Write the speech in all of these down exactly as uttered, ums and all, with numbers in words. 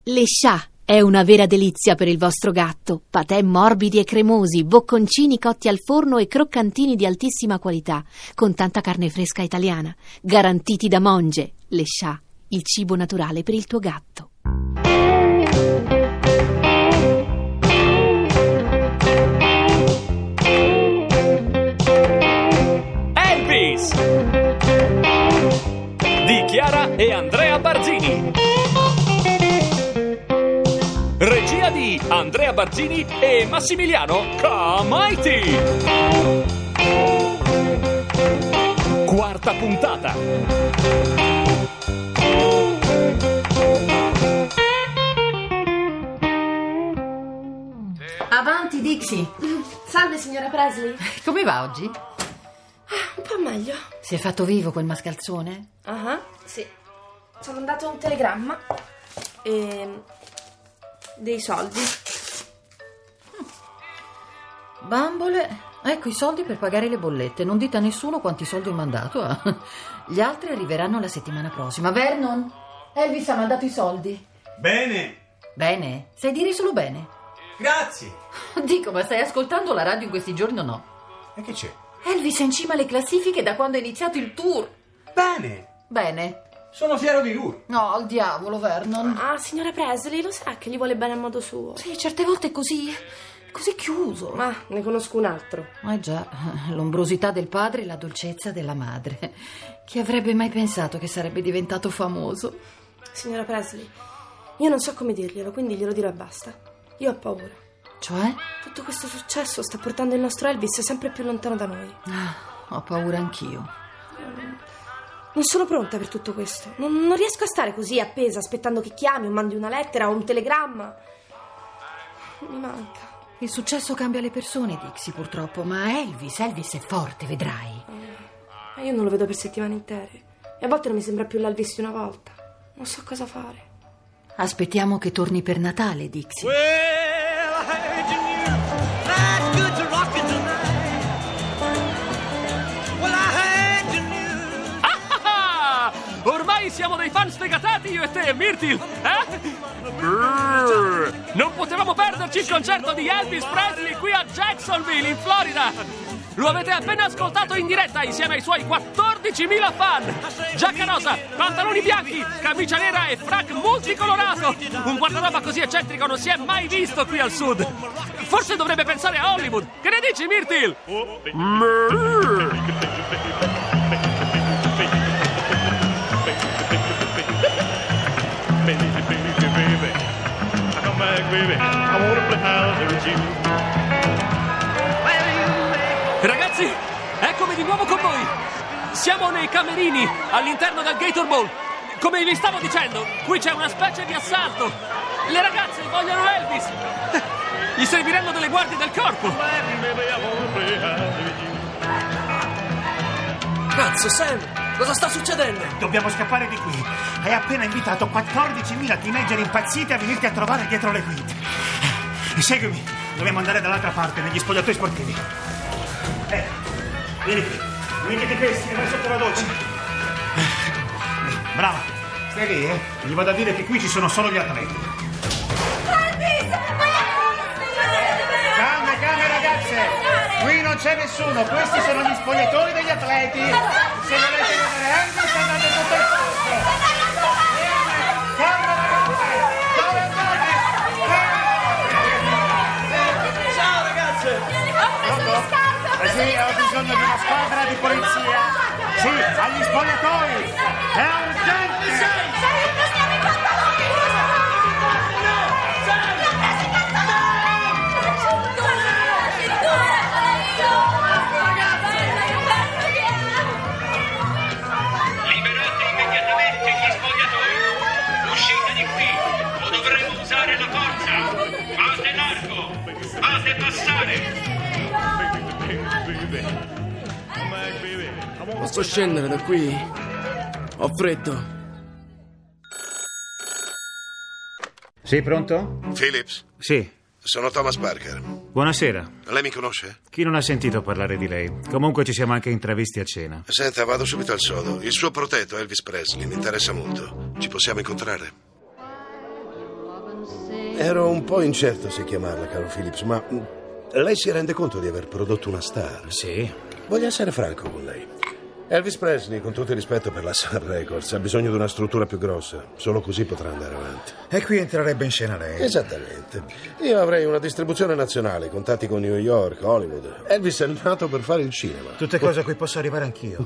Le Chat è una vera delizia per il vostro gatto. Patè morbidi e cremosi, bocconcini cotti al forno e croccantini di altissima qualità, con tanta carne fresca italiana, garantiti da Monge. Le Chat, il cibo naturale per il tuo gatto. Elvis di Chiara e Andrea Barzini. Regia di Andrea Barzini e Massimiliano Comaiti. Quarta puntata. Avanti, Dixie. Salve, signora Presley. Come va oggi? Ah, un po' meglio. Si è fatto vivo quel mascalzone? Ah, uh-huh, sì. Ci hanno mandato un telegramma e dei soldi. Bambole, ecco i soldi per pagare le bollette. Non dite a nessuno quanti soldi ho mandato. Eh. Gli altri arriveranno la settimana prossima. Vernon, Elvis ha mandato i soldi. Bene. Bene? Sai dire solo bene? Grazie. Dico, ma stai ascoltando la radio in questi giorni o no? E che c'è? Elvis è in cima alle classifiche da quando è iniziato il tour. Bene. Bene. Sono fiero di lui. No, al diavolo, Vernon. Ah, signora Presley, lo sa che gli vuole bene a modo suo. Sì, certe volte è così, così chiuso. Ma ne conosco un altro. Eh già, l'ombrosità del padre e la dolcezza della madre. Chi avrebbe mai pensato che sarebbe diventato famoso? Signora Presley, io non so come dirglielo, quindi glielo dirò e basta. Io ho paura. Cioè? Tutto questo successo sta portando il nostro Elvis sempre più lontano da noi. Ah, ho paura anch'io. Non sono pronta per tutto questo. Non, non riesco a stare così appesa aspettando che chiami o mandi una lettera o un telegramma. Mi manca. Il successo cambia le persone, Dixie, purtroppo. Ma Elvis, Elvis è forte, vedrai. Ma io non lo vedo per settimane intere. E a volte non mi sembra più l'Elvis di una volta. Non so cosa fare. Aspettiamo che torni per Natale, Dixie. Well, I heard you knew life's good to rockin' tonight. Well, I heard you knew. Ah, ormai siamo dei fan sfegatati io e te, Myrtle, eh? Brrr. Non potevamo perderci il concerto di Elvis Presley qui a Jacksonville, in Florida. Lo avete appena ascoltato in diretta insieme ai suoi quattordicimila fan. Giacca rosa, pantaloni bianchi, camicia nera e frac multicolorato. Un guardaroba così eccentrico non si è mai visto qui al sud. Forse dovrebbe pensare a Hollywood. Che ne dici, Myrtle? Ragazzi, eccomi di nuovo con voi. Siamo nei camerini all'interno del Gator Bowl. Come vi stavo dicendo, qui c'è una specie di assalto. Le ragazze vogliono Elvis. Gli serviranno delle guardie del corpo. Cazzo, Sam, cosa sta succedendo? Dobbiamo scappare di qui. Hai appena invitato quattordicimila teenager impazziti a venirti a trovare dietro le quinte. E seguimi, dobbiamo andare dall'altra parte, negli spogliatoi sportivi. Eh, vieni qui. Mettiti questi e vai sotto la doccia. Eh, brava. Stai lì, eh? Gli vado a dire che qui ci sono solo gli atleti. Calme, calme ragazze. Qui non c'è nessuno. Questi sono gli spogliatoi degli atleti. Se volete vedere Elvis andate sotto il posto. Calma ragazze. Dove andate? Ciao, ragazze. Pronto? Eh sì, ho bisogno di una squadra di polizia. Sì, agli spogliatoi. È urgente. Liberate immediatamente gli spogliatoi. Uscite di qui o dovremo usare la forza. Fate largo. Fate passare. Posso scendere da qui? Ho freddo. Sì, pronto? Phillips, Sì, sono Thomas Parker. buonasera. Lei mi conosce? Chi non ha sentito parlare di lei? Comunque ci siamo anche intravisti a cena. Senta, vado subito al sodo. Il suo protetto, Elvis Presley, mi interessa molto. Ci possiamo incontrare? Ero un po' incerto se chiamarla, caro Phillips, ma mm, lei si rende conto di aver prodotto una star? Sì. Voglio essere franco con lei. Elvis Presley, con tutto il rispetto per la Sun Records, ha bisogno di una struttura più grossa. Solo così potrà andare avanti. E qui entrerebbe in scena lei. Esattamente. Io avrei una distribuzione nazionale, contatti con New York, Hollywood. Elvis è nato per fare il cinema. Tutte cose a cui posso arrivare anch'io.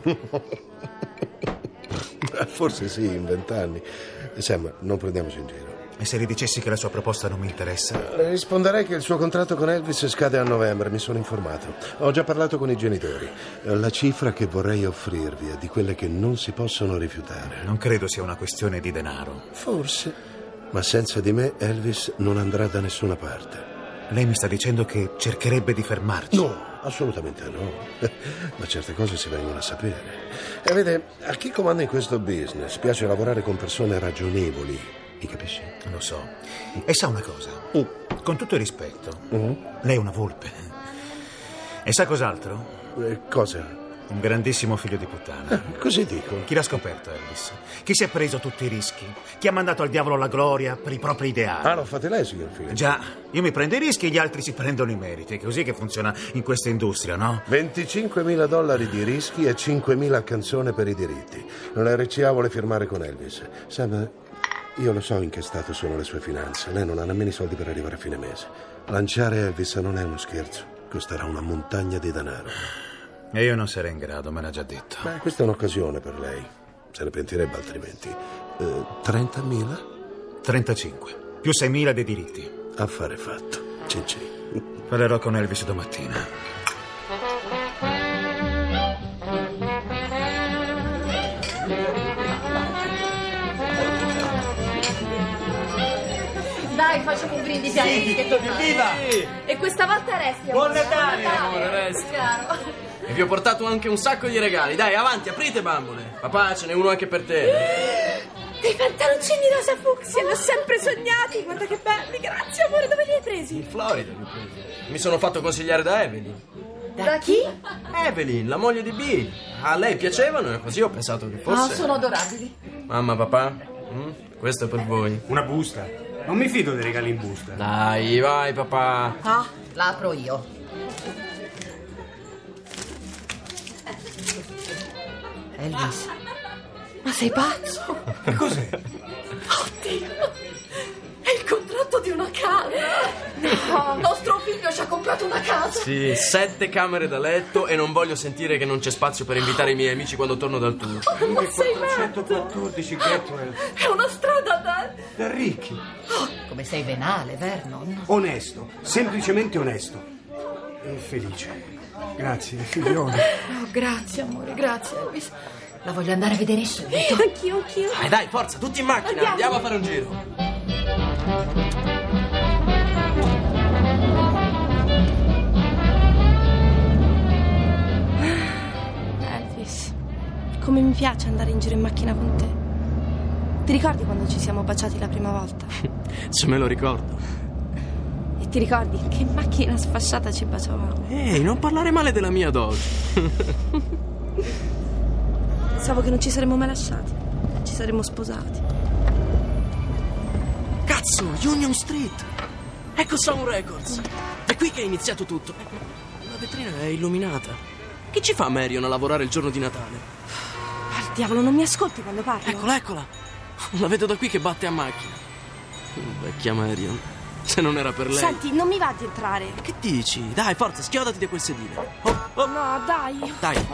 Forse sì, in vent'anni. Sam, non prendiamoci in giro. E se gli dicessi che la sua proposta non mi interessa? Le risponderei che il suo contratto con Elvis scade a novembre, mi sono informato. Ho già parlato con i genitori. La cifra che vorrei offrirvi è di quelle che non si possono rifiutare. Non credo sia una questione di denaro. Forse, ma senza di me Elvis non andrà da nessuna parte. Lei mi sta dicendo che cercherebbe di fermarci? No, assolutamente no. Ma certe cose si vengono a sapere. E vede, a chi comanda in questo business piace lavorare con persone ragionevoli. Mi capisci? Lo so. E sa una cosa? Mm. Con tutto il rispetto, Mm. lei è una volpe. E sa cos'altro? Eh, cosa? Un grandissimo figlio di puttana. Eh, così dico. Chi l'ha scoperto, Elvis? Chi si è preso tutti i rischi? Chi ha mandato al diavolo la gloria per i propri ideali? Ah, lo fate lei, signor figlio? Già, io mi prendo i rischi e gli altri si prendono i meriti. È così che funziona in questa industria, no? venticinquemila dollari di rischi e cinquemila a canzone per i diritti. La R C A vuole firmare con Elvis. Sam, io lo so in che stato sono le sue finanze. Lei non ha nemmeno i soldi per arrivare a fine mese. Lanciare Elvis non è uno scherzo. Costerà una montagna di denaro. E io non sarei in grado, me l'ha già detto. Beh, questa è un'occasione per lei. Se ne pentirebbe altrimenti. Eh, trentamila? trentacinque. Più seimila dei diritti. Affare fatto. Cicci. Parlerò con Elvis domattina. Dai, facciamo un brindisi a Elvis che torna. Evviva! E questa volta resti. Buon Natale! Amore, resti. Chiaro. E vi ho portato anche un sacco di regali. Dai, avanti, aprite, bambole. Papà, ce n'è uno anche per te. Dei pantaloncini rosa fucsia, li ho sempre sognati. Guarda che belli, grazie amore, dove li hai presi? In Florida li ho presi. Mi sono fatto consigliare da Evelyn. Da chi? Evelyn, la moglie di Bill. A lei piacevano e così ho pensato che Ah, fosse... sono adorabili. Mamma, papà, mm? questo è per voi. Una busta. Non mi fido dei regali in busta. Dai, vai, papà. Ah, la apro io. Elvis, ma sei pazzo? Che cos'è? Oddio, è il contratto di una casa. No, nostro figlio ci ha comprato una casa. Sì, sette camere da letto e non voglio sentire che non c'è spazio per invitare i miei amici quando torno dal tour. Oh, ma sei matto. quattrocentoquattordici Getwell. È una strada da... Da ricchi. Oh, come sei venale, Vernon. Onesto, semplicemente onesto. E felice. Grazie, figlione. Oh, grazie, amore, grazie, Elvis. La voglio andare a vedere subito. Anch'io, anch'io. Dai, dai, forza, tutti in macchina, Andiamo. andiamo a fare un giro. Elvis, come mi piace andare in giro in macchina con te. Ti ricordi quando ci siamo baciati la prima volta? Se me lo ricordo. E ti ricordi in che macchina sfasciata ci baciavamo? Ehi, non parlare male della mia dose. Pensavo che non ci saremmo mai lasciati. Ci saremmo sposati. Cazzo, Union Street. Ecco Sound Records. È qui che è iniziato tutto. La vetrina è illuminata. Che ci fa Marion a lavorare il giorno di Natale? Al diavolo, non mi ascolti quando parlo? Eccola, eccola. La vedo da qui che batte a macchina. Vecchia Marion. Se non era per lei. Senti, non mi va di entrare. Che dici? Dai, forza, schiodati da quel sedile. Oh, oh. No, dai. Dai.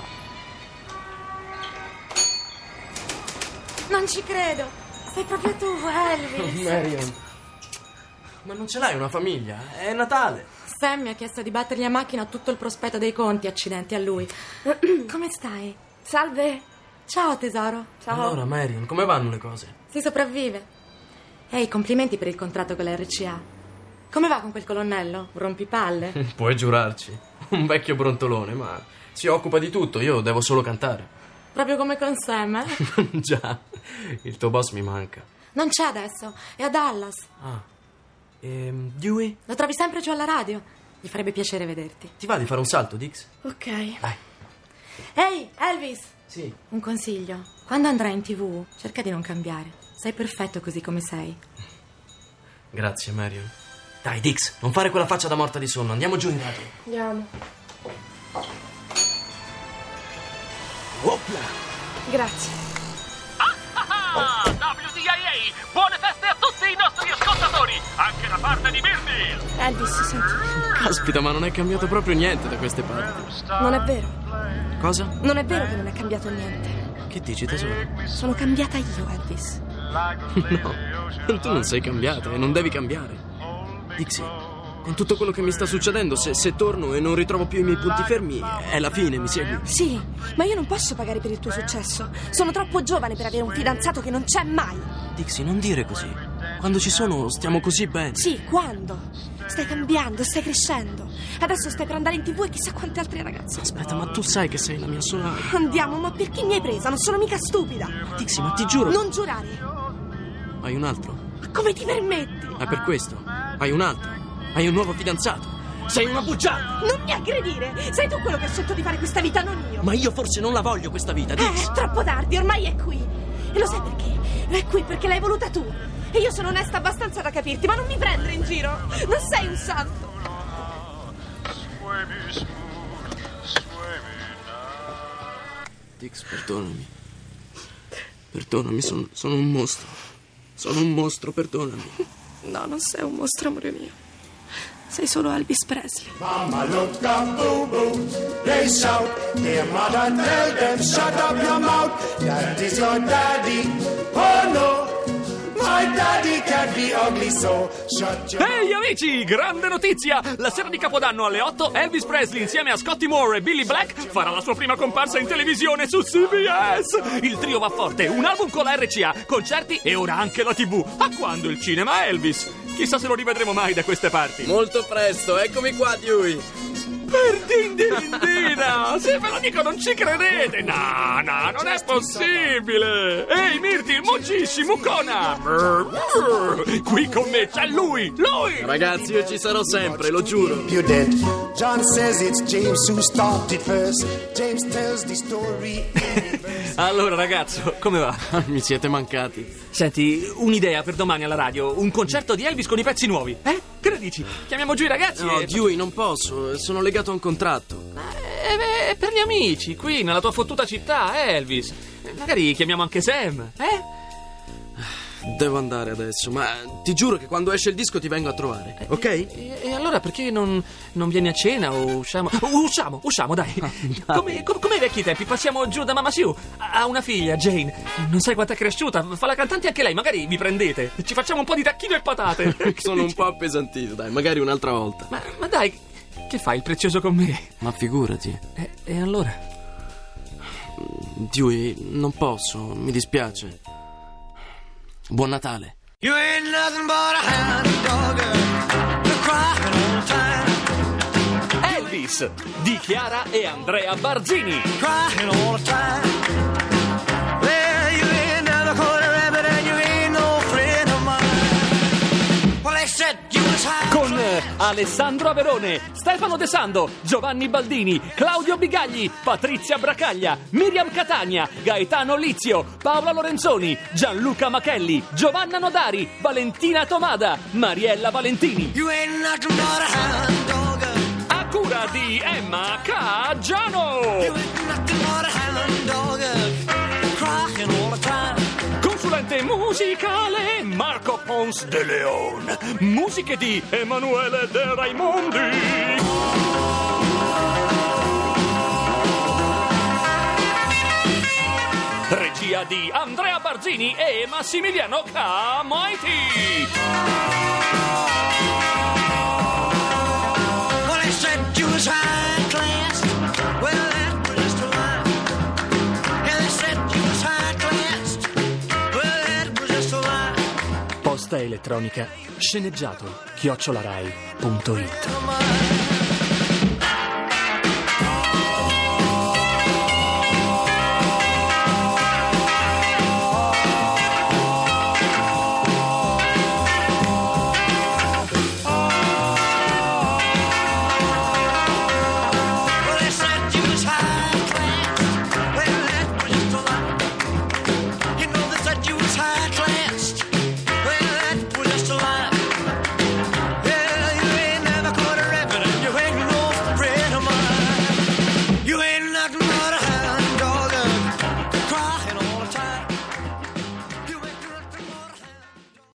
Non ci credo. Sei proprio tu, Elvis. Marion. Ma non ce l'hai una famiglia? È Natale. Sam mi ha chiesto di battergli a macchina tutto il prospetto dei conti, accidenti a lui. Come stai? Salve. Ciao tesoro. Ciao. Allora, Marion, come vanno le cose? Si sopravvive. Ehi, complimenti per il contratto con la R C A. Come va con quel colonnello? Rompipalle? Puoi giurarci. Un vecchio brontolone, ma si occupa di tutto, io devo solo cantare. Proprio come con Sam, eh? Già, il tuo boss mi manca. Non c'è adesso, è a Dallas. Ah, e Dewey? Lo trovi sempre giù alla radio. Gli farebbe piacere vederti. Ti va di fare un salto, Dix? Ok. Dai. Ehi, Elvis! Sì. Un consiglio. Quando andrai in tivù, cerca di non cambiare. Sei perfetto così come sei. Grazie, Marion. Dai, Dix, non fare quella faccia da morta di sonno. Andiamo giù in radio. Andiamo. Opla! Grazie. Ah, W D I A! Buone feste a tutti i nostri ascoltatori, anche da parte di Mirti! Elvis, senti. Caspita, ma non è cambiato proprio niente da queste parti. Non è vero. Cosa? Non è vero che non è cambiato niente. Che dici, tesoro? Sono cambiata io, Elvis. No, tu non sei cambiata e non devi cambiare. Dixie, con tutto quello che mi sta succedendo, se, se torno e non ritrovo più i miei punti fermi, è la fine, mi segui? Sì, ma io non posso pagare per il tuo successo. Sono troppo giovane per avere un fidanzato che non c'è mai. Dixie, non dire così. Quando ci sono, stiamo così bene. Sì, quando? Stai cambiando, stai crescendo. Adesso stai per andare in tv e chissà quante altre ragazze. Aspetta, ma tu sai che sei la mia sola... Andiamo, ma perché mi hai presa? Non sono mica stupida. Dixie, ma ti giuro... Non giurare. Hai un altro? Ma come ti permetti? È per questo. Hai un altro. Hai un nuovo fidanzato. Sei una bugiarda. Non mi aggredire. Sei tu quello che ha scelto di fare questa vita, non io. Ma io forse non la voglio questa vita, Dix. Eh, è troppo tardi, ormai è qui. E lo sai perché? È qui perché l'hai voluta tu. E io sono onesta abbastanza da capirti, ma non mi prendere in giro. Non sei un santo. Dix, perdonami. Perdonami, sono, sono un mostro. Sono un mostro, perdonami. No, non sei un mostro, amore mio. Sei solo Elvis Presley. Mama, look up, boo boo. They shout. Their mother tell them, shut up your mouth. That is your daddy. Oh no. My daddy can't be ugly, so shut your... Ehi amici, grande notizia! La sera di Capodanno alle otto Elvis Presley insieme a Scotty Moore e Billy Black farà la sua prima comparsa in televisione su C B S. Il trio va forte, un album con la R C A, concerti e ora anche la tivù. A quando il cinema Elvis? Chissà se lo rivedremo mai da queste parti. Molto presto, eccomi qua, Dewey. Per dindindina! Se ve lo dico non ci credete! No, no, non è possibile! Ehi, Mirti, Mogisci, Mucona! Qui con me c'è lui! Lui! Ragazzi, io ci sarò sempre, lo giuro. You did. John says it's James who started first. James tells the story. Allora, ragazzo, come va? Mi siete mancati. Senti, un'idea per domani alla radio. Un concerto di Elvis con i pezzi nuovi. Eh? Che ne dici? Chiamiamo giù i ragazzi No, e... Dewey, non posso. Sono legato a un contratto. Eh, beh, per gli amici, qui nella tua fottuta città, Elvis. Magari chiamiamo anche Sam, eh? Devo andare adesso, ma ti giuro che quando esce il disco ti vengo a trovare, ok? E, e allora perché non, non vieni a cena o usciamo? Uh, usciamo, usciamo, dai. Come, come, come ai vecchi tempi, passiamo giù da Mamma Sue. Ha una figlia, Jane. Non sai quanto è cresciuta. Fa la cantante anche lei, magari vi prendete. Ci facciamo un po' di tacchino e patate. Sono un po' appesantito, dai, magari un'altra volta. Ma, ma dai, che fai il prezioso con me? Ma figurati. E, e allora? Dewey, non posso, mi dispiace. Buon Natale. You ain't nothing but a hound dog, you're crying all the time. Elvis di Chiara e Andrea Barzini. Crying all the time. Well, you ain't never caught a rabbit and you ain't no friend of mine. Well, they said you was high. Con Alessandro Averone, Stefano De Sando, Giovanni Baldini, Claudio Bigagli, Patrizia Bracaglia, Miriam Catania, Gaetano Lizio, Paola Lorenzoni, Gianluca Machelli, Giovanna Nodari, Valentina Tomada, Mariella Valentini. You ain't nothing but a hound dog. A cura di Emma Caggiano. You ain't nothing but a hound dog, crying all the time. Consulente musicale Marco Pons de Leon. Musiche di Emanuele De Raimondi. Regia di Andrea Barzini e Massimiliano Camaiti. Well, they said you was high class. Well, that was just a lie. Yeah, they said you was high class. Well, that was just a lie. Posta elettronica sceneggiato chiocciolarai punto it. Come on.